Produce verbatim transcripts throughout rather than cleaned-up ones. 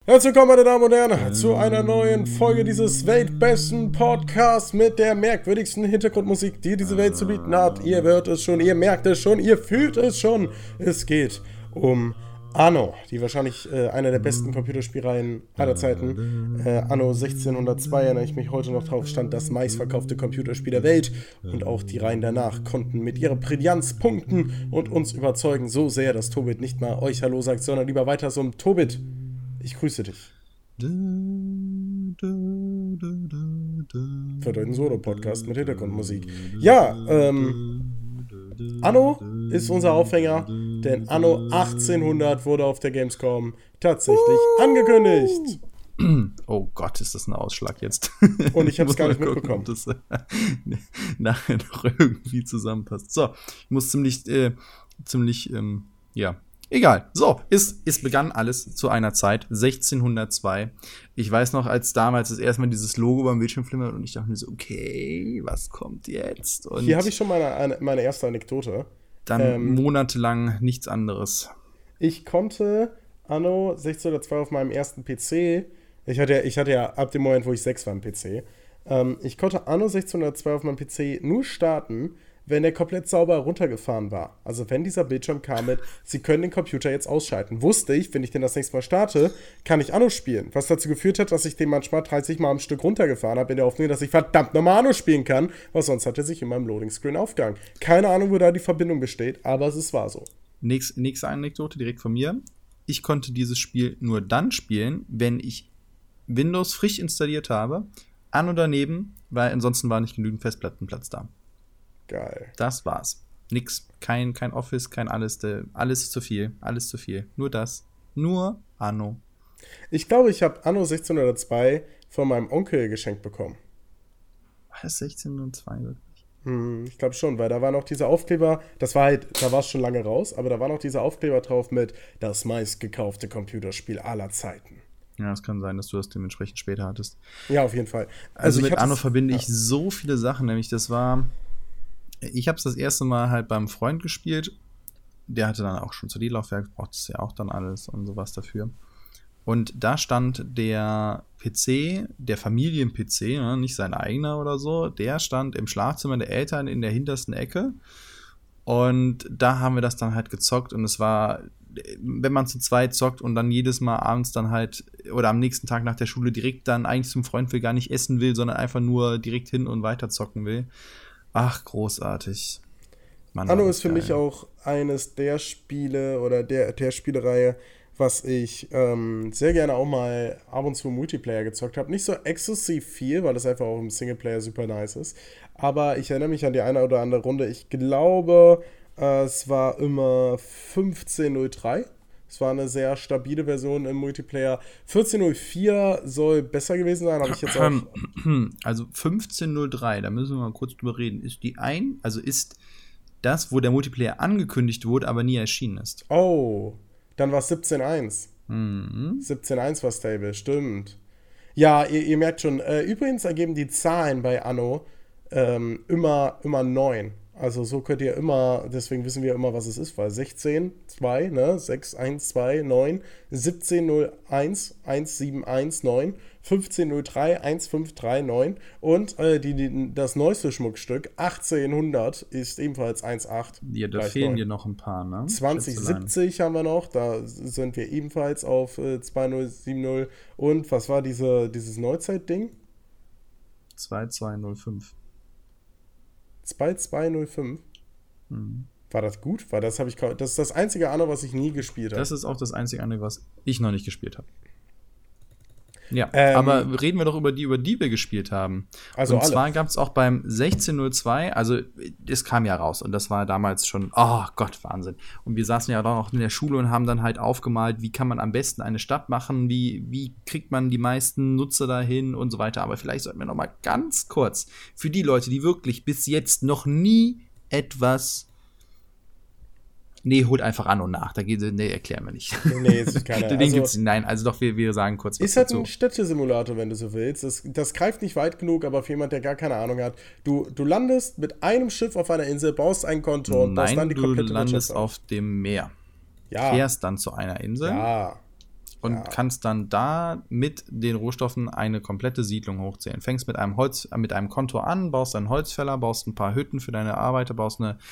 Herzlich willkommen, meine Damen und Herren, zu einer neuen Folge dieses weltbesten Podcasts mit der merkwürdigsten Hintergrundmusik, die diese Welt zu bieten hat. Ihr hört es schon, ihr merkt es schon, ihr fühlt es schon. Es geht um Anno, die wahrscheinlich äh, eine der besten Computerspielreihen aller Zeiten. Äh, Anno sechzehnhundertzwei, erinnere ich mich heute noch drauf, stand das meistverkaufte Computerspiel der Welt. Und auch die Reihen danach konnten mit ihrer Brillanz punkten und uns überzeugen so sehr, dass Tobit nicht mal euch Hallo sagt, sondern lieber weiter so ein Tobit. Ich grüße dich. Für deinen Solo-Podcast mit Hintergrundmusik. Ja, ähm, Anno ist unser Aufhänger, denn Anno achtzehnhundert wurde auf der Gamescom tatsächlich uh. angekündigt. Oh Gott, ist das ein Ausschlag jetzt. Und ich habe es gar nicht mitbekommen. Gucken, ob das äh, nachher noch irgendwie zusammenpasst. So, ich muss ziemlich, äh, ziemlich, ähm, ja, egal. So, es, es begann alles zu einer Zeit, sechzehnhundertzwei. Ich weiß noch, als damals das erste Mal dieses Logo beim Bildschirm flimmert und ich dachte mir so, okay, was kommt jetzt? Und hier habe ich schon meine, meine erste Anekdote. Dann ähm, monatelang nichts anderes. Ich konnte Anno sechzehnhundertzwei auf meinem ersten P C, ich hatte, ich hatte ja ab dem Moment, wo ich sechs war, einen P C, ähm, ich konnte Anno sechzehnhundertzwei auf meinem P C nur starten, wenn der komplett sauber runtergefahren war. Also wenn dieser Bildschirm kam mit, Sie können den Computer jetzt ausschalten. Wusste ich, wenn ich den das nächste Mal starte, kann ich Anno spielen. Was dazu geführt hat, dass ich den manchmal dreißig Mal am Stück runtergefahren habe, in der Hoffnung, dass ich verdammt nochmal Anno spielen kann, weil sonst hat er sich in meinem Loading-Screen aufgehangen. Keine Ahnung, wo da die Verbindung besteht, aber es war so. Nächst, nächste Anekdote direkt von mir. Ich konnte dieses Spiel nur dann spielen, wenn ich Windows frisch installiert habe, Anno daneben, weil ansonsten war nicht genügend Festplattenplatz da. Geil. Das war's. Nix. Kein, kein Office, kein alles. Alles zu viel. Alles zu viel. Nur das. Nur Anno. Ich glaube, ich habe Anno sechzehnhundertzwei von meinem Onkel geschenkt bekommen. War das sechzehnhundertzwei wirklich? Hm, ich glaube schon, weil da war noch dieser Aufkleber, das war halt, da war es schon lange raus, aber da war noch dieser Aufkleber drauf mit das meistgekaufte Computerspiel aller Zeiten. Ja, es kann sein, dass du das dementsprechend später hattest. Ja, auf jeden Fall. Also, also mit Anno verbinde ich ja. so viele Sachen, nämlich das war... Ich habe es das erste Mal halt beim Freund gespielt. Der hatte dann auch schon C D-Laufwerk, braucht es ja auch dann alles und sowas dafür. Und da stand der P C, der Familien-P C, ne, nicht sein eigener oder so, der stand im Schlafzimmer der Eltern in der hintersten Ecke. Und da haben wir das dann halt gezockt und es war, wenn man zu zweit zockt und dann jedes Mal abends dann halt oder am nächsten Tag nach der Schule direkt dann eigentlich zum Freund will, gar nicht essen will, sondern einfach nur direkt hin und weiter zocken will. Ach, großartig. Mann, Anno ist für geil. mich auch eines der Spiele oder der, der Spielereihe, was ich ähm, sehr gerne auch mal ab und zu im Multiplayer gezockt habe. Nicht so exzessiv viel, weil es einfach auch im Singleplayer super nice ist. Aber ich erinnere mich an die eine oder andere Runde. Ich glaube, äh, es war immer fünfzehn null drei. Es war eine sehr stabile Version im Multiplayer. vierzehn null vier soll besser gewesen sein, habe ich jetzt auch. Also fünfzehn null drei, da müssen wir mal kurz drüber reden. Ist die ein, also ist das, wo der Multiplayer angekündigt wurde, aber nie erschienen ist. Oh, dann war es siebzehn eins. Mhm. siebzehn eins war stable, stimmt. Ja, ihr, ihr merkt schon, äh, übrigens ergeben die Zahlen bei Anno ähm, immer, immer neun. Also so könnt ihr immer, deswegen wissen wir immer, was es ist, weil sechzehn, zwei, ne, sechs, eins, zwei, neun, siebzehn null eins, eins sieben eins neun, fünfzehn null drei, eins fünf drei neun und äh, die, die, das neueste Schmuckstück, achtzehnhundert, ist ebenfalls eins acht. Ja, da fehlen dir noch ein paar, ne? zwanzig siebzig haben wir noch, da sind wir ebenfalls auf äh, zwei null sieben null und was war diese, dieses Neuzeit-Ding? zwei zwei null fünf. zwei zwei null fünf. Mhm. War das gut? War das habe ich das ist das einzige Anno, was ich nie gespielt habe. Das ist auch das einzige Anno, was ich noch nicht gespielt habe. Ja, ähm, aber reden wir doch über die, über die wir gespielt haben. Also und alle. zwar gab es auch beim sechzehn null zwei, also es kam ja raus und das war damals schon, oh Gott, Wahnsinn. Und wir saßen ja auch in der Schule und haben dann halt aufgemalt, wie kann man am besten eine Stadt machen, wie, wie kriegt man die meisten Nutzer dahin und so weiter. Aber vielleicht sollten wir noch mal ganz kurz für die Leute, die wirklich bis jetzt noch nie etwas Nee, holt einfach Anno nach. Da geht, nee, erklären wir nicht. Nee, ist keiner. Den also, gibt's, nein, also doch, wir, wir sagen kurz was ist halt dazu. Ein Städtesimulator, wenn du so willst. Das, das greift nicht weit genug, aber für jemand, der gar keine Ahnung hat. Du, du landest mit einem Schiff auf einer Insel, baust ein Konto und nein, baust dann die komplette du landest Wirtschaft auf dem Meer. Ja. Fährst dann zu einer Insel. Ja. und ja. kannst dann da mit den Rohstoffen eine komplette Siedlung hochzählen. Fängst mit einem Holz, äh, mit einem Konto an, baust einen Holzfäller, baust ein paar Hütten für deine Arbeiter, baust eine,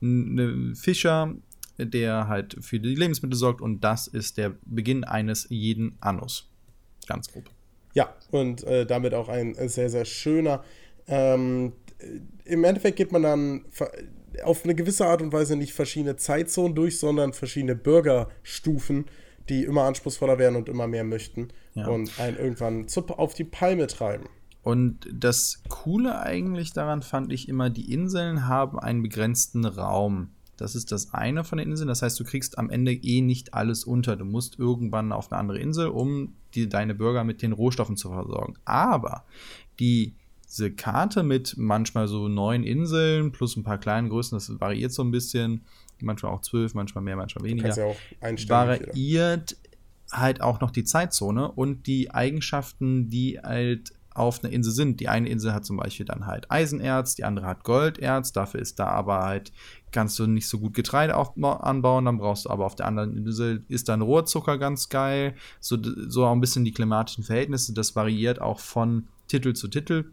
eine Fischer, der halt für die Lebensmittel sorgt, und das ist der Beginn eines jeden Annus. Ganz grob. Ja, und äh, damit auch ein sehr, sehr schöner. Ähm, im Endeffekt geht man dann auf eine gewisse Art und Weise nicht verschiedene Zeitzonen durch, sondern verschiedene Bürgerstufen, die immer anspruchsvoller werden und immer mehr möchten, ja, und einen irgendwann zu, auf die Palme treiben. Und das Coole eigentlich daran fand ich immer, die Inseln haben einen begrenzten Raum. Das ist das eine von den Inseln. Das heißt, du kriegst am Ende eh nicht alles unter. Du musst irgendwann auf eine andere Insel, um die, deine Bürger mit den Rohstoffen zu versorgen. Aber die, diese Karte mit manchmal so neun Inseln plus ein paar kleinen Größen, das variiert so ein bisschen, manchmal auch zwölf, manchmal mehr, manchmal weniger, ja auch einstellen, variiert halt auch noch die Zeitzone und die Eigenschaften, die halt auf einer Insel sind. Die eine Insel hat zum Beispiel dann halt Eisenerz, die andere hat Golderz, dafür ist da aber halt, kannst du nicht so gut Getreide auf, anbauen, dann brauchst du aber auf der anderen Insel, ist dann Rohrzucker ganz geil, so, so auch ein bisschen die klimatischen Verhältnisse, das variiert auch von Titel zu Titel,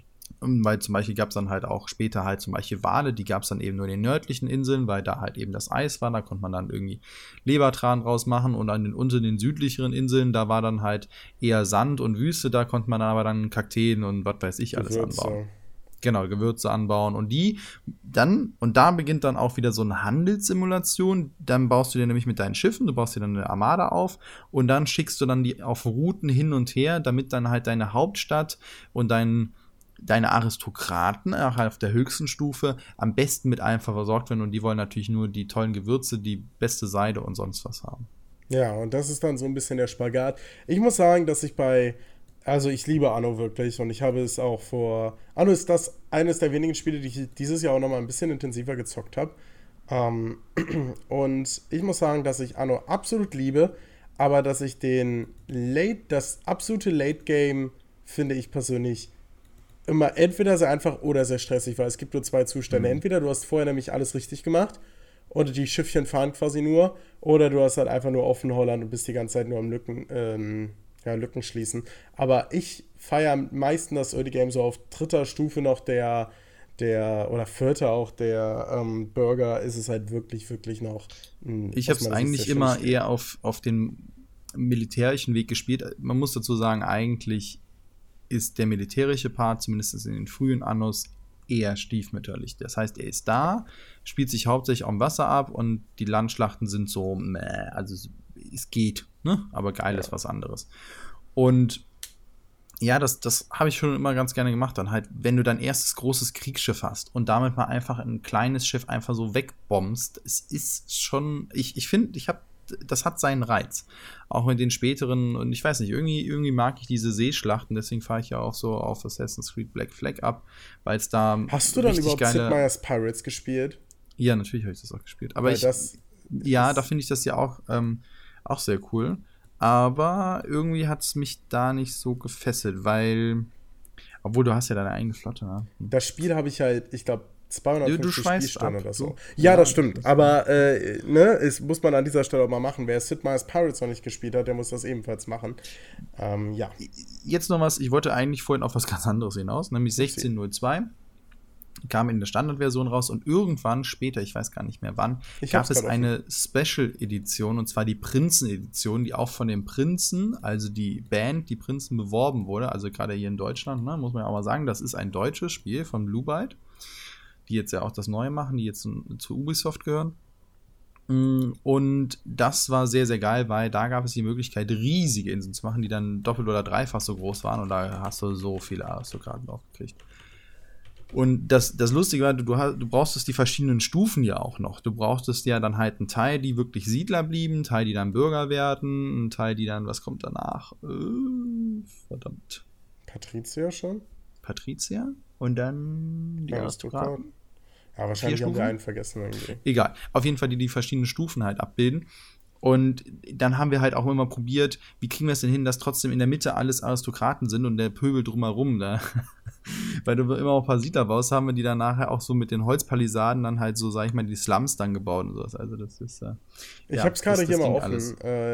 weil zum Beispiel gab es dann halt auch später halt zum Beispiel Wale, die gab es dann eben nur in den nördlichen Inseln, weil da halt eben das Eis war, da konnte man dann irgendwie Lebertran draus machen, und an den unter den südlicheren Inseln, da war dann halt eher Sand und Wüste, da konnte man dann aber dann Kakteen und was weiß ich alles Gewürze. anbauen. Genau, Gewürze anbauen, und die dann, und da beginnt dann auch wieder so eine Handelssimulation, dann baust du dir nämlich mit deinen Schiffen, du baust dir dann eine Armada auf, und dann schickst du dann die auf Routen hin und her, damit dann halt deine Hauptstadt und dein deine Aristokraten, auch auf der höchsten Stufe, am besten mit allem versorgt werden, und die wollen natürlich nur die tollen Gewürze, die beste Seide und sonst was haben. Ja, und das ist dann so ein bisschen der Spagat. Ich muss sagen, dass ich bei, also ich liebe Anno wirklich, und ich habe es auch vor, Anno ist das eines der wenigen Spiele, die ich dieses Jahr auch nochmal ein bisschen intensiver gezockt habe. Ähm, und ich muss sagen, dass ich Anno absolut liebe, aber dass ich den Late, das absolute Late Game, finde ich persönlich immer entweder sehr einfach oder sehr stressig, weil es gibt nur zwei Zustände. Mhm. Entweder du hast vorher nämlich alles richtig gemacht und die Schiffchen fahren quasi nur, oder du hast halt einfach nur offen Holland und bist die ganze Zeit nur am Lücken, ähm, ja, Lücken schließen. Aber ich feiere am meisten das Early Game so auf dritter Stufe noch der, der oder vierter auch der ähm, Burger, ist es halt wirklich, wirklich noch. Mh, ich habe es eigentlich immer eher auf, auf den militärischen Weg gespielt. Man muss dazu sagen, eigentlich ist der militärische Part, zumindest in den frühen Annos, eher stiefmütterlich. Das heißt, er ist da, spielt sich hauptsächlich am Wasser ab, und die Landschlachten sind so, meh, also es, es geht, ne? Aber geil, ja, ist was anderes. Und ja, das, das habe ich schon immer ganz gerne gemacht. Dann halt, wenn du dein erstes großes Kriegsschiff hast und damit mal einfach ein kleines Schiff einfach so wegbombst, es ist schon, ich, ich finde, ich habe das hat seinen Reiz. Auch in den späteren, und ich weiß nicht, irgendwie, irgendwie mag ich diese Seeschlachten, deswegen fahre ich ja auch so auf Assassin's Creed Black Flag ab, weil es da. Hast du dann überhaupt geile... Sid Meier's Pirates gespielt? Ja, natürlich habe ich das auch gespielt. Aber weil ich. Das, ja, das da finde ich das ja auch, ähm, auch sehr cool. Aber irgendwie hat es mich da nicht so gefesselt, weil. Obwohl, du hast ja deine eigene Flotte, ne? Das Spiel habe ich halt, ich glaube, zweihundertfünfzig Spielstunden oder so. Du, ja, ja, das stimmt. Aber äh, ne, es muss man an dieser Stelle auch mal machen. Wer Sid Meier's Pirates noch nicht gespielt hat, der muss das ebenfalls machen. Ähm, ja. Jetzt noch was, ich wollte eigentlich vorhin auf was ganz anderes hinaus, nämlich sechzehn null zwei kam in der Standardversion raus, und irgendwann später, ich weiß gar nicht mehr wann, ich gab es eine Special-Edition, und zwar die Prinzen-Edition, die auch von den Prinzen, also die Band, die Prinzen, beworben wurde, also gerade hier in Deutschland, ne, muss man ja auch mal sagen, das ist ein deutsches Spiel von Blue Byte, die jetzt ja auch das Neue machen, die jetzt zu Ubisoft gehören. Und das war sehr, sehr geil, weil da gab es die Möglichkeit, riesige Inseln zu machen, die dann doppelt oder dreifach so groß waren, und da hast du so viele Aristokraten auch gekriegt. Und das, das Lustige war, du, du, hast, du brauchstest die verschiedenen Stufen ja auch noch. Du brauchtest ja dann halt einen Teil, die wirklich Siedler blieben, einen Teil, die dann Bürger werden, einen Teil, die dann, was kommt danach? Äh, verdammt. Patrizier schon? Patrizier? Und dann die Aristokraten. Ja, wahrscheinlich haben wir einen vergessen irgendwie. Egal. Auf jeden Fall, die die verschiedenen Stufen halt abbilden. Und dann haben wir halt auch immer probiert, wie kriegen wir es denn hin, dass trotzdem in der Mitte alles Aristokraten sind und der Pöbel drumherum. Da. Weil du immer auch ein paar Siedler baust, haben wir die dann nachher auch so mit den Holzpalisaden dann halt so, sag ich mal, die Slums dann gebaut und sowas. Also das ist äh, Ich ja, hab's gerade hier mal offen. Äh,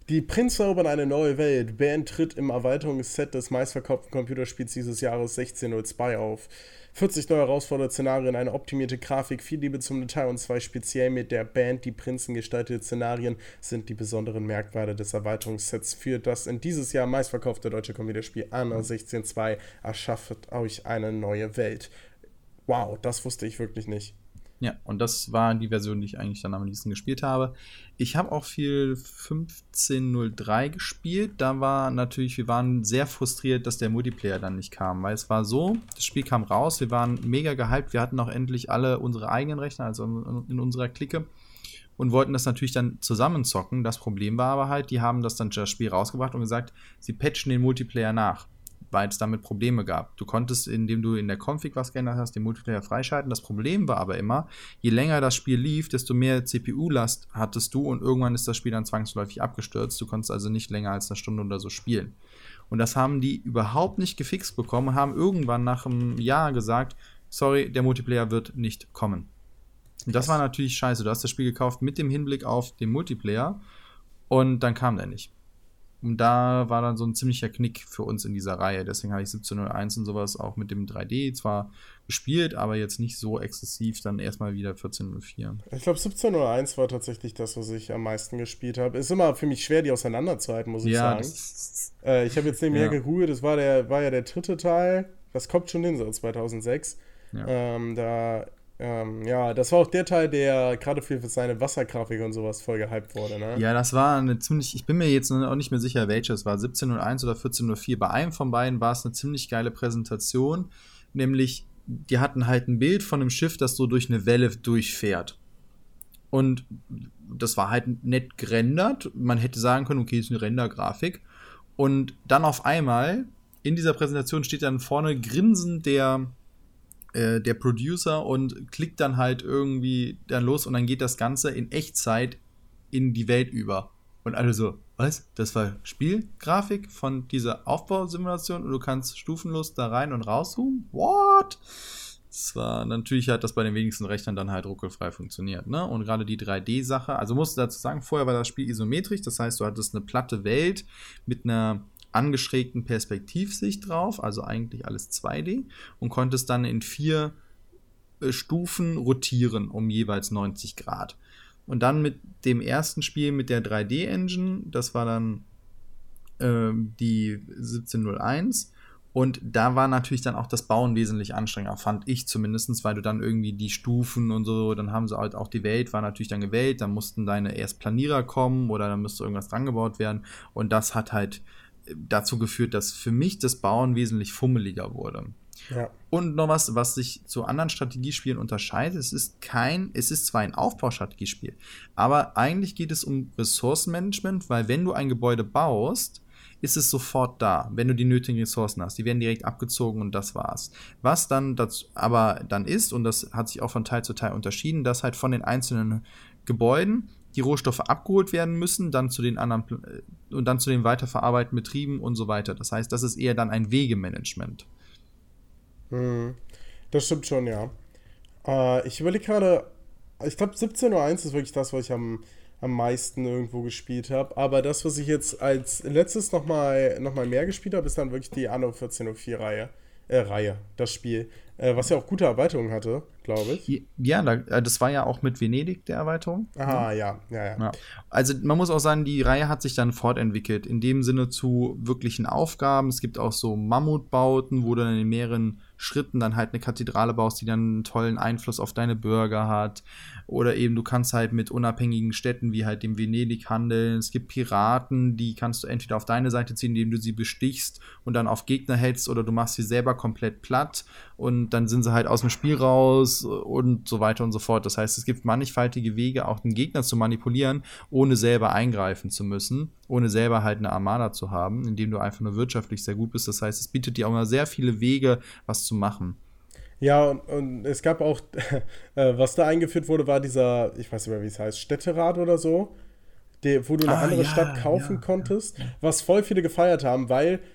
Die Prinzen erobern eine neue Welt. Band tritt im Erweiterungsset des meistverkauften Computerspiels dieses Jahres sechzehn null zwei auf. vierzig neue herausfordernde Szenarien, eine optimierte Grafik, viel Liebe zum Detail und zwei speziell mit der Band Die Prinzen gestaltete Szenarien sind die besonderen Merkmale des Erweiterungssets für das in dieses Jahr meistverkaufte deutsche Computerspiel Anno sechzehn zwei. Erschafft euch eine neue Welt. Wow, das wusste ich wirklich nicht. Ja, und das war die Version, die ich eigentlich dann am liebsten gespielt habe. Ich habe auch viel fünfzehn null drei gespielt. Da war natürlich, wir waren sehr frustriert, dass der Multiplayer dann nicht kam. Weil es war so, das Spiel kam raus, wir waren mega gehypt. Wir hatten auch endlich alle unsere eigenen Rechner, also in, in unserer Clique. Und wollten das natürlich dann zusammenzocken. Das Problem war aber halt, die haben das dann das Spiel rausgebracht und gesagt, sie patchen den Multiplayer nach, weil es damit Probleme gab. Du konntest, indem du in der Config was geändert hast, den Multiplayer freischalten. Das Problem war aber immer, je länger das Spiel lief, desto mehr C P U-Last hattest du und irgendwann ist das Spiel dann zwangsläufig abgestürzt. Du konntest also nicht länger als eine Stunde oder so spielen. Und das haben die überhaupt nicht gefixt bekommen und haben irgendwann nach einem Jahr gesagt, sorry, der Multiplayer wird nicht kommen. Und das war natürlich scheiße. Du hast das Spiel gekauft mit dem Hinblick auf den Multiplayer und dann kam der nicht. Und da war dann so ein ziemlicher Knick für uns in dieser Reihe. Deswegen habe ich siebzehn null eins und sowas auch mit dem drei D zwar gespielt, aber jetzt nicht so exzessiv. Dann erstmal wieder vierzehn null vier. Ich glaube, siebzehn null eins war tatsächlich das, was ich am meisten gespielt habe. Ist immer für mich schwer, die auseinanderzuhalten, muss ich ja, sagen. Äh, ich habe jetzt nebenher ja. gegoogelt, das war, der, war ja der dritte Teil. Das kommt schon hin, so zweitausendsechs. Ja. Ähm, da... Ähm, ja, das war auch der Teil, der gerade für seine Wassergrafik und sowas voll gehypt wurde, ne? Ja, das war eine ziemlich, ich bin mir jetzt auch nicht mehr sicher, welches war, siebzehn null eins oder vierzehn null vier. Bei einem von beiden war es eine ziemlich geile Präsentation, nämlich, die hatten halt ein Bild von einem Schiff, das so durch eine Welle durchfährt. Und das war halt nett gerendert. Man hätte sagen können, okay, ist eine Render-Grafik. Und dann auf einmal, in dieser Präsentation steht dann vorne grinsend der der Producer und klickt dann halt irgendwie dann los und dann geht das Ganze in Echtzeit in die Welt über. Und alle so, was? Das war Spielgrafik von dieser Aufbausimulation und du kannst stufenlos da rein und rauszoomen? What? Das war, natürlich hat das bei den wenigsten Rechnern dann halt ruckelfrei funktioniert, ne? Und gerade die drei D-Sache, also musst du dazu sagen, vorher war das Spiel isometrisch, das heißt, du hattest eine platte Welt mit einer angeschrägten Perspektivsicht drauf, also eigentlich alles zwei D und konntest dann in vier äh, Stufen rotieren um jeweils neunzig Grad. Und dann mit dem ersten Spiel mit der drei D-Engine, das war dann äh, die siebzehn null eins und da war natürlich dann auch das Bauen wesentlich anstrengender, fand ich zumindest, weil du dann irgendwie die Stufen und so, dann haben sie halt auch die Welt, war natürlich dann gewählt, dann mussten deine erst Planierer kommen oder dann müsste irgendwas dran gebaut werden und das hat halt dazu geführt, dass für mich das Bauen wesentlich fummeliger wurde. Ja. Und noch was, was sich zu anderen Strategiespielen unterscheidet, es ist kein, es ist zwar ein Aufbaustrategiespiel, aber eigentlich geht es um Ressourcenmanagement, weil wenn du ein Gebäude baust, ist es sofort da, wenn du die nötigen Ressourcen hast. Die werden direkt abgezogen und das war's. Was dann dazu, aber dann ist, und das hat sich auch von Teil zu Teil unterschieden, dass halt von den einzelnen Gebäuden die Rohstoffe abgeholt werden müssen, dann zu den anderen und dann zu den weiterverarbeitenden Betrieben und so weiter. Das heißt, das ist eher dann ein Wegemanagement. Hm, das stimmt schon, ja. Äh, ich überlege gerade, ich glaube siebzehn null eins ist wirklich das, was ich am, am meisten irgendwo gespielt habe. Aber das, was ich jetzt als letztes nochmal noch mal mehr gespielt habe, ist dann wirklich die Anno vierzehn null vier Reihe. Äh, Reihe, das Spiel. Äh, was ja auch gute Erweiterungen hatte, glaube ich. Ja, das war ja auch mit Venedig der Erweiterung. Aha, ja. Ja, ja, ja. Also man muss auch sagen, die Reihe hat sich dann fortentwickelt, in dem Sinne zu wirklichen Aufgaben. Es gibt auch so Mammutbauten, wo du dann in mehreren Schritten dann halt eine Kathedrale baust, die dann einen tollen Einfluss auf deine Bürger hat. Oder eben du kannst halt mit unabhängigen Städten wie halt dem Venedig handeln. Es gibt Piraten, die kannst du entweder auf deine Seite ziehen, indem du sie bestichst und dann auf Gegner hältst, oder du machst sie selber komplett platt und dann sind sie halt aus dem Spiel raus und so weiter und so fort. Das heißt, es gibt mannigfaltige Wege, auch den Gegner zu manipulieren, ohne selber eingreifen zu müssen, ohne selber halt eine Armada zu haben, indem du einfach nur wirtschaftlich sehr gut bist. Das heißt, es bietet dir auch mal sehr viele Wege, was zu machen. Ja, und, und es gab auch, äh, was da eingeführt wurde, war dieser, ich weiß nicht mehr, wie es heißt, Städterat oder so, der, wo du eine ah, andere ja, Stadt kaufen ja, konntest, ja. was voll viele gefeiert haben, weil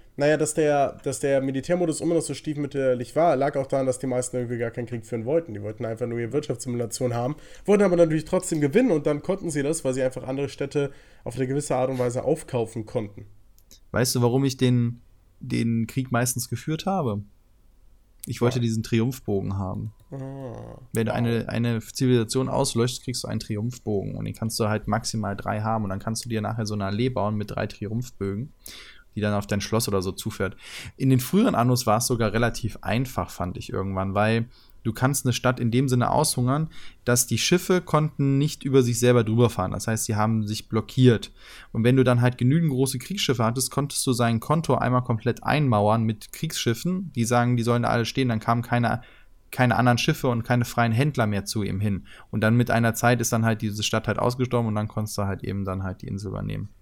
Naja, dass der, dass der Militärmodus immer noch so stiefmütterlich war, lag auch daran, dass die meisten irgendwie gar keinen Krieg führen wollten. Die wollten einfach nur ihre Wirtschaftssimulation haben, wollten aber natürlich trotzdem gewinnen und dann konnten sie das, weil sie einfach andere Städte auf eine gewisse Art und Weise aufkaufen konnten. Weißt du, warum ich den, den Krieg meistens geführt habe? Ich wollte ja. diesen Triumphbogen haben. Ah, Wenn du wow. eine, eine Zivilisation auslöschst, kriegst du einen Triumphbogen. Und den kannst du halt maximal drei haben. Und dann kannst du dir nachher so eine Allee bauen mit drei Triumphbögen, die dann auf dein Schloss oder so zufährt. In den früheren Annos war es sogar relativ einfach, fand ich irgendwann, weil du kannst eine Stadt in dem Sinne aushungern, dass die Schiffe konnten nicht über sich selber drüber fahren. Das heißt, sie haben sich blockiert. Und wenn du dann halt genügend große Kriegsschiffe hattest, konntest du sein Konto einmal komplett einmauern mit Kriegsschiffen, die sagen, die sollen da alle stehen, dann kamen keine, keine anderen Schiffe und keine freien Händler mehr zu ihm hin. Und dann mit einer Zeit ist dann halt diese Stadt halt ausgestorben und dann konntest du halt eben dann halt die Insel übernehmen.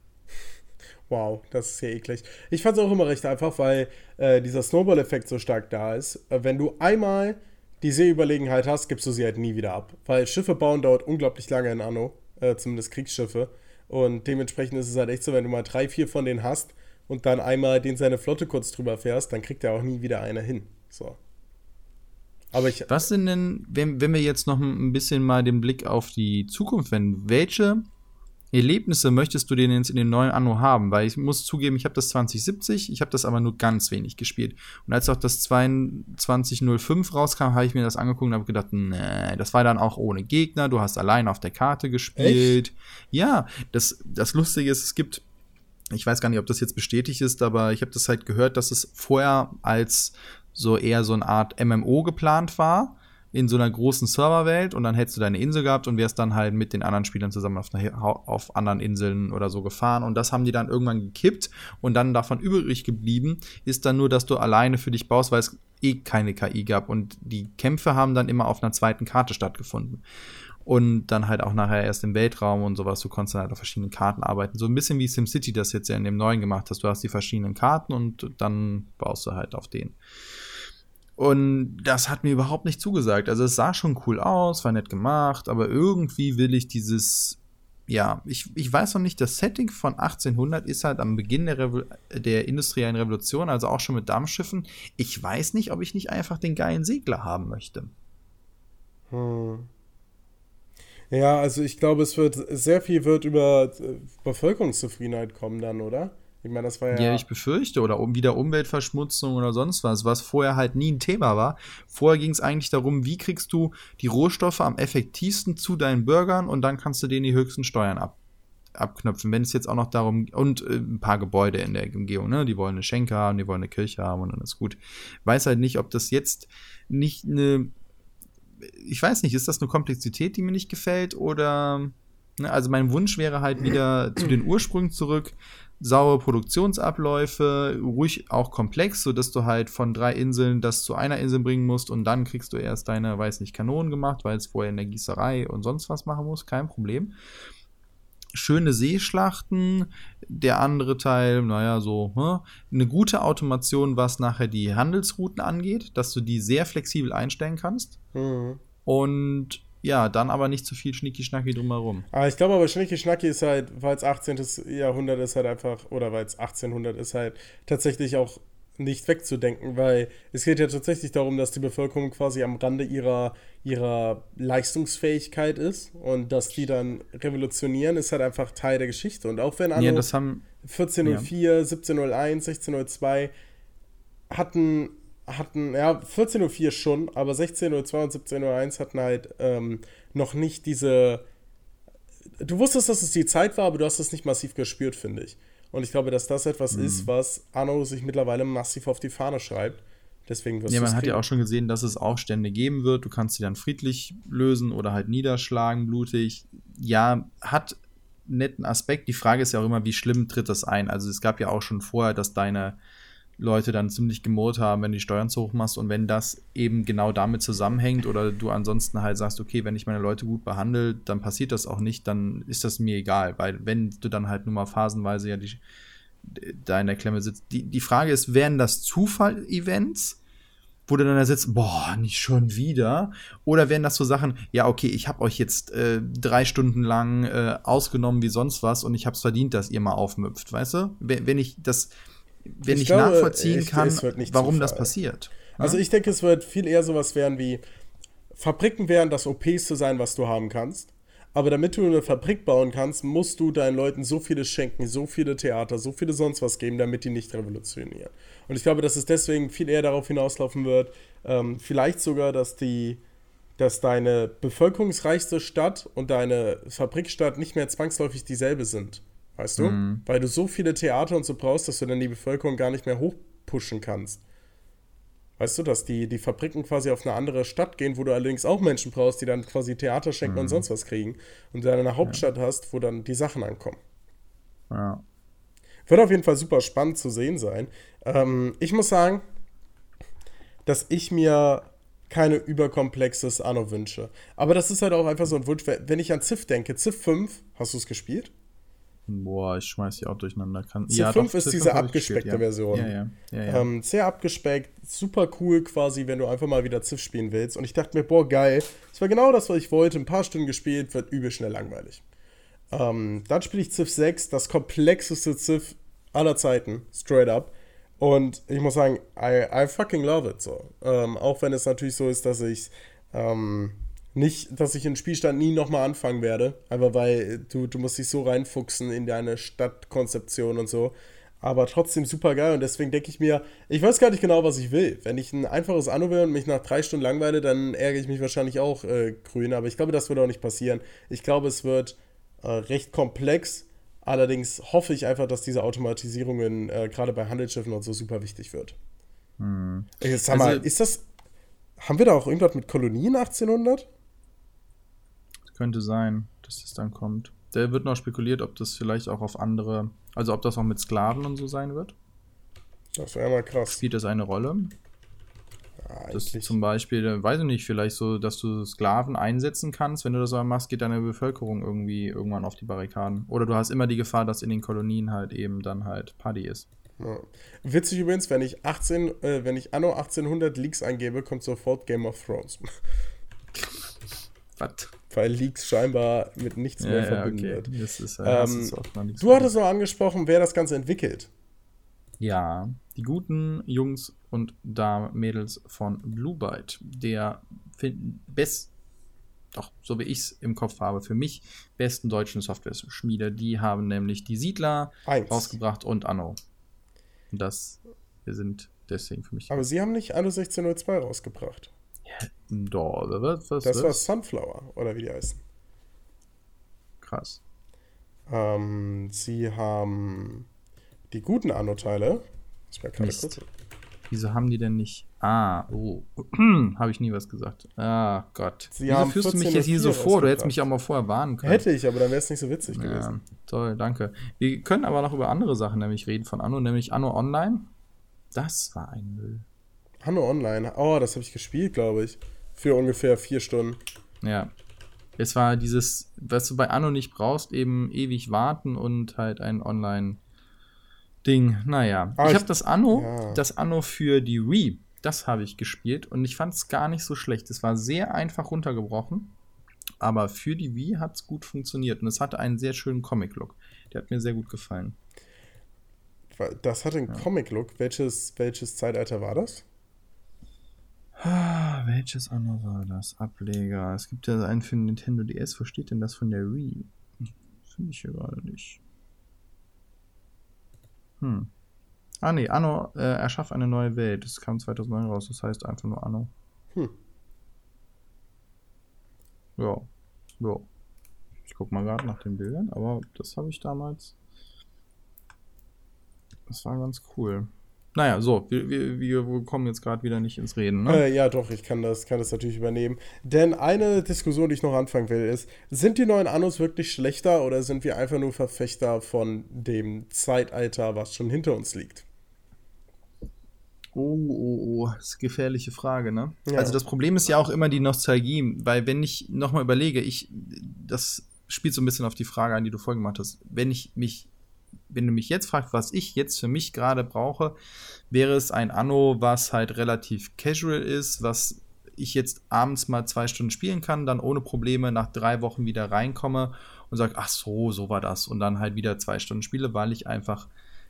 Wow, das ist ja eklig. Ich fand es auch immer recht einfach, weil äh, dieser Snowball-Effekt so stark da ist. Äh, wenn du einmal die Seeüberlegenheit hast, gibst du sie halt nie wieder ab. Weil Schiffe bauen dauert unglaublich lange in Anno, äh, zumindest Kriegsschiffe. Und dementsprechend ist es halt echt so, wenn du mal drei, vier von denen hast und dann einmal den seine Flotte kurz drüber fährst, dann kriegt ja auch nie wieder einer hin. So. Aber ich, Was sind denn, wenn, wenn wir jetzt noch ein bisschen mal den Blick auf die Zukunft wenden, welche Erlebnisse möchtest du denn jetzt in den neuen Anno haben? Weil ich muss zugeben, ich habe das zwanzig siebzig, ich habe das aber nur ganz wenig gespielt. Und als auch das zweiundzwanzig null fünf rauskam, habe ich mir das angeguckt und habe gedacht, nee, das war dann auch ohne Gegner, du hast allein auf der Karte gespielt. Echt? Ja, das, das Lustige ist, es gibt, ich weiß gar nicht, ob das jetzt bestätigt ist, aber ich habe das halt gehört, dass es vorher als so eher so eine Art M M O geplant war, in so einer großen Serverwelt, und dann hättest du deine Insel gehabt und wärst dann halt mit den anderen Spielern zusammen auf, einer, auf anderen Inseln oder so gefahren, und das haben die dann irgendwann gekippt, und dann davon übrig geblieben ist dann nur, dass du alleine für dich baust, weil es eh keine K I gab, und die Kämpfe haben dann immer auf einer zweiten Karte stattgefunden und dann halt auch nachher erst im Weltraum und sowas. Du konntest dann halt auf verschiedenen Karten arbeiten, so ein bisschen wie SimCity das jetzt ja in dem neuen gemacht hast. Du hast die verschiedenen Karten und dann baust du halt auf denen. Und das hat mir überhaupt nicht zugesagt. Also es sah schon cool aus, war nett gemacht, aber irgendwie will ich dieses, ja, ich, ich weiß noch nicht, das Setting von achtzehnhundert ist halt am Beginn der, Revo- der industriellen Revolution, also auch schon mit Dampfschiffen. Ich weiß nicht, ob ich nicht einfach den geilen Segler haben möchte. Hm. Ja, also ich glaube, es wird, sehr viel wird über Bevölkerungszufriedenheit kommen dann, oder? Ich meine, das war ja... Ja, ich befürchte. Oder um, wieder Umweltverschmutzung oder sonst was, was vorher halt nie ein Thema war. Vorher ging es eigentlich darum, wie kriegst du die Rohstoffe am effektivsten zu deinen Bürgern, und dann kannst du denen die höchsten Steuern ab, abknöpfen. Wenn es jetzt auch noch darum... Und äh, ein paar Gebäude in der Umgebung, ne? Die wollen eine Schenke haben, die wollen eine Kirche haben, und dann ist gut. Weiß halt nicht, ob das jetzt nicht eine... Ich weiß nicht, ist das eine Komplexität, die mir nicht gefällt, oder... Ne? Also mein Wunsch wäre halt wieder zu den Ursprüngen zurück, saure Produktionsabläufe, ruhig auch komplex, sodass du halt von drei Inseln das zu einer Insel bringen musst, und dann kriegst du erst deine, weiß nicht, Kanonen gemacht, weil es vorher in der Gießerei und sonst was machen muss, kein Problem. Schöne Seeschlachten, der andere Teil, naja, so, hm, eine gute Automation, was nachher die Handelsrouten angeht, dass du die sehr flexibel einstellen kannst. Mhm. Und ja, dann aber nicht zu viel Schnicki-Schnacki drumherum. Ah, ich glaube aber, Schnicki-Schnacki ist halt, weil es achtzehnten. Jahrhundert ist halt einfach, oder weil es achtzehnhundert ist halt tatsächlich auch nicht wegzudenken, weil es geht ja tatsächlich darum, dass die Bevölkerung quasi am Rande ihrer, ihrer Leistungsfähigkeit ist, und dass die dann revolutionieren, ist halt einfach Teil der Geschichte. Und auch wenn Anno ja, das haben, vierzehn null vier, ja. siebzehn null eins, sechzehn null zwei hatten hatten, ja, vierzehn null vier schon, aber sechzehn null zwei und siebzehn null eins hatten halt ähm, noch nicht diese... Du wusstest, dass es die Zeit war, aber du hast es nicht massiv gespürt, finde ich. Und ich glaube, dass das etwas mhm. ist, was Anno sich mittlerweile massiv auf die Fahne schreibt. Deswegen wirst ja, man hat kriegen. Ja auch schon gesehen, dass es Aufstände geben wird. Du kannst sie dann friedlich lösen oder halt niederschlagen, blutig. Ja, hat einen netten Aspekt. Die Frage ist ja auch immer, wie schlimm tritt das ein? Also es gab ja auch schon vorher, dass deine Leute dann ziemlich gemurrt haben, wenn du die Steuern zu hoch machst, und wenn das eben genau damit zusammenhängt oder du ansonsten halt sagst, okay, wenn ich meine Leute gut behandle, dann passiert das auch nicht, dann ist das mir egal, weil wenn du dann halt nur mal phasenweise ja die, da in der Klemme sitzt. Die, die Frage ist, wären das Zufall-Events, wo du dann da sitzt, boah, nicht schon wieder? Oder wären das so Sachen, ja, okay, ich habe euch jetzt äh, drei Stunden lang äh, ausgenommen wie sonst was, und ich habe es verdient, dass ihr mal aufmüpft, weißt du? Wenn, wenn ich das wenn ich ich glaube, nachvollziehen ich, kann, es wird nicht warum Zufall. das passiert. Also ich denke, es wird viel eher sowas werden wie, Fabriken werden das O P-ste sein, was du haben kannst. Aber damit du eine Fabrik bauen kannst, musst du deinen Leuten so viele schenken, so viele Theater, so viele sonst was geben, damit die nicht revolutionieren. Und ich glaube, dass es deswegen viel eher darauf hinauslaufen wird, ähm, vielleicht sogar, dass die, dass deine bevölkerungsreichste Stadt und deine Fabrikstadt nicht mehr zwangsläufig dieselbe sind. Weißt du? Mhm. Weil du so viele Theater und so brauchst, dass du dann die Bevölkerung gar nicht mehr hochpushen kannst. Weißt du, dass die, die Fabriken quasi auf eine andere Stadt gehen, wo du allerdings auch Menschen brauchst, die dann quasi Theater schenken Mhm. und sonst was kriegen. Und du dann eine Hauptstadt hast, wo dann die Sachen ankommen. Ja. Wird auf jeden Fall super spannend zu sehen sein. Ähm, ich muss sagen, dass ich mir keine überkomplexes Anno wünsche. Aber das ist halt auch einfach so ein Wunsch. Wenn ich an Civ denke, Civ fünf, hast du es gespielt? Boah, ich schmeiß die auch durcheinander. Kann, Civ ja, fünf doch, ist Civ diese fünf hab ich abgespeckte gespielt, ja. Version. Ja, ja. ja, ja. Ähm, sehr abgespeckt, super cool quasi, wenn du einfach mal wieder Civ spielen willst. Und ich dachte mir, boah, geil. Das war genau das, was ich wollte. Ein paar Stunden gespielt, wird übel schnell langweilig. Ähm, dann spiele ich Civ sechs, das komplexeste Civ aller Zeiten, straight up. Und ich muss sagen, I, I fucking love it so. Ähm, auch wenn es natürlich so ist, dass ich ähm, nicht, dass ich in Spielstand nie nochmal anfangen werde. Einfach weil du, du musst dich so reinfuchsen in deine Stadtkonzeption und so. Aber trotzdem super geil und deswegen denke ich mir, ich weiß gar nicht genau, was ich will. Wenn ich ein einfaches Anno will und mich nach drei Stunden langweile, dann ärgere ich mich wahrscheinlich auch äh, grün. Aber ich glaube, das wird auch nicht passieren. Ich glaube, es wird äh, recht komplex. Allerdings hoffe ich einfach, dass diese Automatisierungen äh, gerade bei Handelsschiffen und so super wichtig wird. Hm. Ey, sag mal, Also- ist das, haben wir da auch irgendwas mit Kolonien achtzehnhundert? Könnte sein, dass das dann kommt. Da wird noch spekuliert, ob das vielleicht auch auf andere, also ob das auch mit Sklaven und so sein wird. Das wäre mal krass. Spielt das eine Rolle? Ja, Das eigentlich. zum Beispiel, äh, weiß ich nicht, vielleicht so, dass du Sklaven einsetzen kannst. Wenn du das aber machst, geht deine Bevölkerung irgendwie irgendwann auf die Barrikaden. Oder du hast immer die Gefahr, dass in den Kolonien halt eben dann halt Party ist. Ja. Witzig übrigens, wenn ich achtzehn, äh, wenn ich Anno achtzehnhundert Leaks eingebe, kommt sofort Game of Thrones. Was? Weil Leaks scheinbar mit nichts Ja, mehr ja, verbunden okay. wird. Das ist, äh, Ähm, hast du's oft noch nicht Du so. hattest noch angesprochen, wer das Ganze entwickelt. Ja, die guten Jungs und da Mädels von Blue Byte, der finden best, doch, so wie ich es im Kopf habe, für mich besten deutschen Software-Schmiede. Die haben nämlich die Siedler Eins. rausgebracht und Anno. Und das wir sind deswegen für mich. Aber sie haben nicht Anno sechzehn null zwei rausgebracht. Doch, was, was, Das was? war Sunflower, oder wie die heißen. Krass. Ähm, sie haben die guten Anno-Teile. Ich mal gerade Mist. kurz. Wieso haben die denn nicht. Ah, oh. Habe ich nie was gesagt. Ah, Gott. Sie Wieso haben führst du mich vierzehn jetzt hier so null vier vor? Du hättest rausgebracht. mich auch mal vorher warnen können. Hätte ich, aber dann wäre es nicht so witzig Ja, gewesen. toll, danke. Wir können aber noch über andere Sachen nämlich reden von Anno, nämlich Anno Online. Das war ein Müll. Anno Online. Oh, das habe ich gespielt, glaube ich. Für ungefähr vier Stunden. Ja. Es war dieses, was du bei Anno nicht brauchst, eben ewig warten und halt ein Online-Ding. Naja. Ah, ich ich- habe das Anno, ja. das Anno für die Wii, das habe ich gespielt und ich fand es gar nicht so schlecht. Es war sehr einfach runtergebrochen, aber für die Wii hat es gut funktioniert und es hatte einen sehr schönen Comic-Look. Der hat mir sehr gut gefallen. Das hatte einen Comic-Look. Welches, welches Zeitalter war das? Ah, welches Anno war das? Ableger. Es gibt ja einen für den Nintendo D S. Wo steht denn das von der Wii? Finde ich hier gerade nicht. Hm. Ah, nee. Anno äh, erschafft eine neue Welt. Das kam zweitausendneun raus. Das heißt einfach nur Anno. Hm. Ja. Ja. Ich guck mal gerade nach den Bildern. Aber das habe ich damals. Das war ganz cool. Naja, so. Wir, wir, wir kommen jetzt gerade wieder nicht ins Reden, ne? Äh, ja, doch, ich kann das, kann das natürlich übernehmen. Denn eine Diskussion, die ich noch anfangen will, ist, sind die neuen Annos wirklich schlechter oder sind wir einfach nur Verfechter von dem Zeitalter, was schon hinter uns liegt? Oh, oh, oh, das ist eine gefährliche Frage, ne? Ja. Also das Problem ist ja auch immer die Nostalgie, weil wenn ich nochmal überlege, ich, das spielt so ein bisschen auf die Frage an, die du vorhin gemacht hast. Wenn ich mich, wenn du mich jetzt fragst, was ich jetzt für mich gerade brauche, wäre es ein Anno, was halt relativ casual ist, was ich jetzt abends mal zwei Stunden spielen kann, dann ohne Probleme nach drei Wochen wieder reinkomme und sage, ach so, so war das und dann halt wieder zwei Stunden spiele, weil ich einfach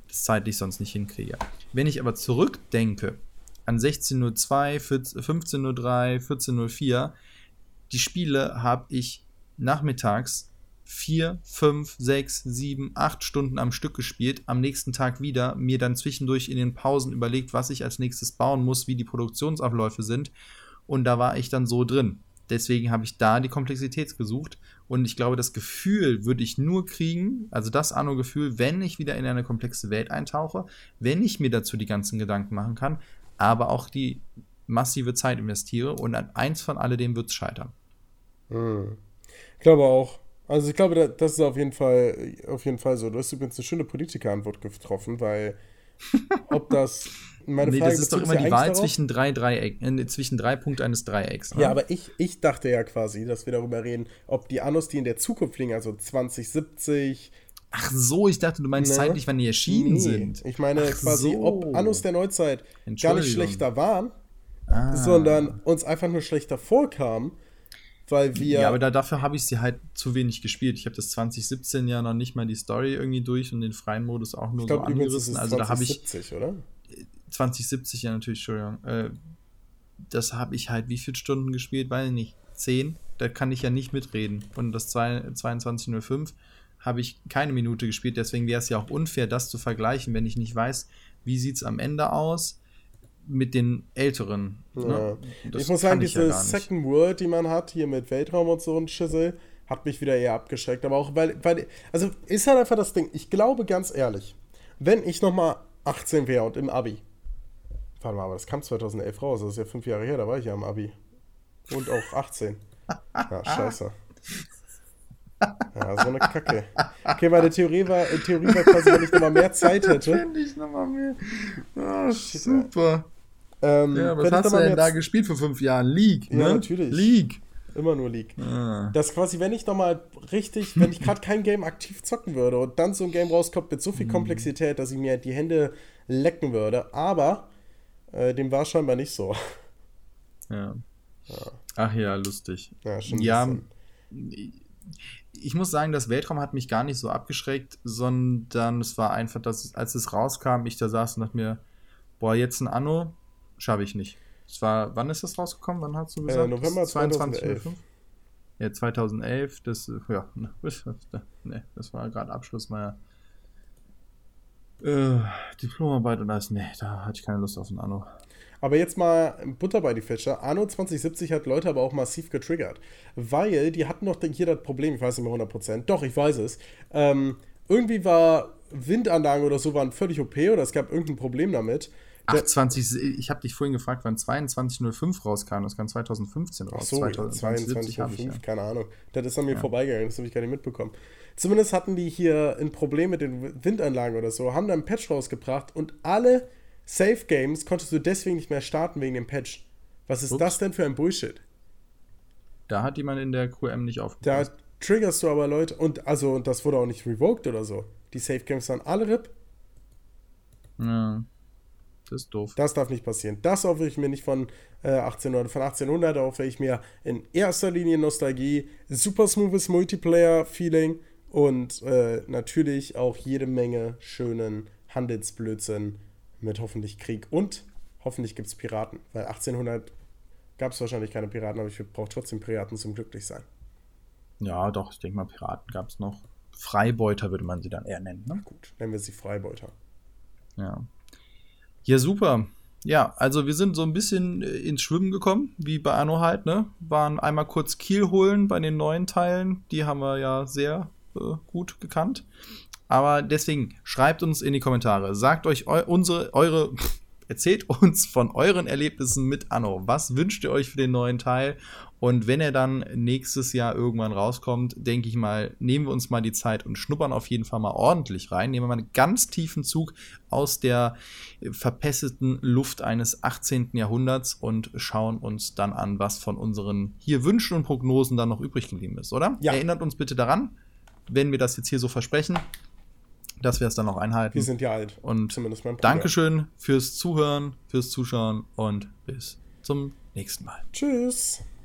das zeitlich sonst nicht hinkriege. Wenn ich aber zurückdenke an sechzehn Uhr zwei, fünfzehn Uhr drei, vierzehn Uhr vier, die Spiele habe ich nachmittags vier, fünf, sechs, sieben, acht Stunden am Stück gespielt, am nächsten Tag wieder, mir dann zwischendurch in den Pausen überlegt, was ich als nächstes bauen muss, wie die Produktionsabläufe sind, und da war ich dann so drin. Deswegen habe ich da die Komplexität gesucht, und ich glaube, das Gefühl würde ich nur kriegen, also das Anno-Gefühl, wenn ich wieder in eine komplexe Welt eintauche, wenn ich mir dazu die ganzen Gedanken machen kann, aber auch die massive Zeit investiere, und an eins von alledem wird es scheitern. Hm. Ich glaube auch. Also ich glaube, das ist auf jeden Fall, auf jeden Fall so. Du hast übrigens eine schöne Politikerantwort getroffen, weil ob das, meine nee, Frage das ist doch immer ja die Wahl darauf, zwischen drei Dreieck, äh, zwischen drei Punkte eines Dreiecks. Ne? Ja, aber ich, ich dachte ja quasi, dass wir darüber reden, ob die Annos, die in der Zukunft liegen, also zwanzig siebzig. Ach so, ich dachte, du meinst ne? zeitlich, wann die erschienen nee, sind. Ich meine Ach quasi, so. ob Annos der Neuzeit gar nicht schlechter waren, ah. sondern uns einfach nur schlechter vorkamen. Weil wir. Ja, aber da, dafür habe ich sie halt zu wenig gespielt. Ich habe das zwanzig siebzehn ja noch nicht mal die Story irgendwie durch und den freien Modus auch nur ich glaub, so angerissen. Also da habe ich zwanzig siebzig, oder? zwanzig siebzig ja natürlich, Entschuldigung. Äh, das habe ich halt wie viele Stunden gespielt? Weiß ich nicht. zehn? Da kann ich ja nicht mitreden. Und das zweiundzwanzig null fünf habe ich keine Minute gespielt. Deswegen wäre es ja auch unfair, das zu vergleichen, wenn ich nicht weiß, wie sieht es am Ende aus mit den älteren. Ja. Ne? Ich muss sagen, diese ja Second World, die man hat, hier mit Weltraum und so und Schüssel, hat mich wieder eher abgeschreckt. Aber auch, weil, weil, also ist halt einfach das Ding, ich glaube ganz ehrlich, wenn ich nochmal achtzehn wäre und im Abi, warte mal, aber das kam zweitausendelf raus, das ist ja fünf Jahre her, da war ich ja im Abi. Und auch achtzehn. Ja, scheiße. Ja, so eine Kacke. Okay, meine Theorie war, Theorie war quasi, wenn ich nochmal mehr Zeit hätte. Wenn ich nochmal mehr. Oh, super. Ähm, ja, was hast du denn da gespielt vor fünf Jahren? League, ne? Ja, natürlich. League. Immer nur League. Ah. Das quasi, wenn ich nochmal richtig, wenn ich gerade kein Game aktiv zocken würde und dann so ein Game rauskommt mit so viel Komplexität, dass ich mir die Hände lecken würde. Aber äh, dem war scheinbar nicht so. Ja. Ja. Ach ja, lustig. Ja, schon ja, ich muss sagen, das Weltraum hat mich gar nicht so abgeschreckt, sondern es war einfach, dass als es rauskam, ich da saß und dachte mir, boah, jetzt ein Anno, schaffe ich nicht. Es war, wann ist das rausgekommen? Wann hast du gesagt? Äh, November zweitausendelf. Ja, zweitausendelf, das, ja, ne, das war gerade Abschluss meiner äh, Diplomarbeit und alles, ne, da hatte ich keine Lust auf ein Anno. Aber jetzt mal Butter bei die Fische. Anno zwanzig siebzig hat Leute aber auch massiv getriggert. Weil die hatten doch hier das Problem, ich weiß nicht mehr hundert Prozent, doch, ich weiß es. Ähm, irgendwie war Windanlagen oder so waren völlig O P oder es gab irgendein Problem damit. Ach, zwanzig, ich habe dich vorhin gefragt, wann zweiundzwanzig null fünf rauskam. Das kam zwanzig fünfzehn raus. Ach so, zweiundzwanzig null fünf, ja. Keine Ahnung. Das ist an mir ja. vorbeigegangen, das habe ich gar nicht mitbekommen. Zumindest hatten die hier ein Problem mit den Windanlagen oder so, haben da einen Patch rausgebracht und alle Safe Games konntest du deswegen nicht mehr starten wegen dem Patch. Was ist Ups. das denn für ein Bullshit? Da hat jemand in der Q M nicht aufgepasst. Da triggerst du aber Leute und also und das wurde auch nicht revoked oder so. Die Safe Games waren alle R I P. Ja. Das ist doof. Das darf nicht passieren. Das hoffe ich mir nicht von, äh, achtzehnhundert, von achtzehnhundert, da hoffe ich mir in erster Linie Nostalgie, super smoothes Multiplayer-Feeling und äh, natürlich auch jede Menge schönen Handelsblödsinn mit hoffentlich Krieg und hoffentlich gibt es Piraten, weil achtzehnhundert gab es wahrscheinlich keine Piraten, aber ich brauche trotzdem Piraten zum Glücklichsein. Ja, doch, ich denke mal, Piraten gab es noch. Freibeuter würde man sie dann eher nennen, ne? Gut, nennen wir sie Freibeuter. Ja. Ja, super. Ja, also wir sind so ein bisschen ins Schwimmen gekommen, wie bei Anno halt, ne? Waren einmal kurz Kiel holen bei den neuen Teilen. Die haben wir ja sehr äh, gut gekannt. Aber deswegen, schreibt uns in die Kommentare. Sagt euch eu- unsere, eure, erzählt uns von euren Erlebnissen mit Anno. Was wünscht ihr euch für den neuen Teil? Und wenn er dann nächstes Jahr irgendwann rauskommt, denke ich mal, nehmen wir uns mal die Zeit und schnuppern auf jeden Fall mal ordentlich rein. Nehmen wir mal einen ganz tiefen Zug aus der verpesteten Luft eines achtzehnten Jahrhunderts und schauen uns dann an, was von unseren hier Wünschen und Prognosen dann noch übrig geblieben ist, oder? Ja. Erinnert uns bitte daran, wenn wir das jetzt hier so versprechen, dass wir es dann noch einhalten. Wir sind ja alt. Und zumindest mein Bruder. Dankeschön fürs Zuhören, fürs Zuschauen und bis zum nächsten Mal. Tschüss.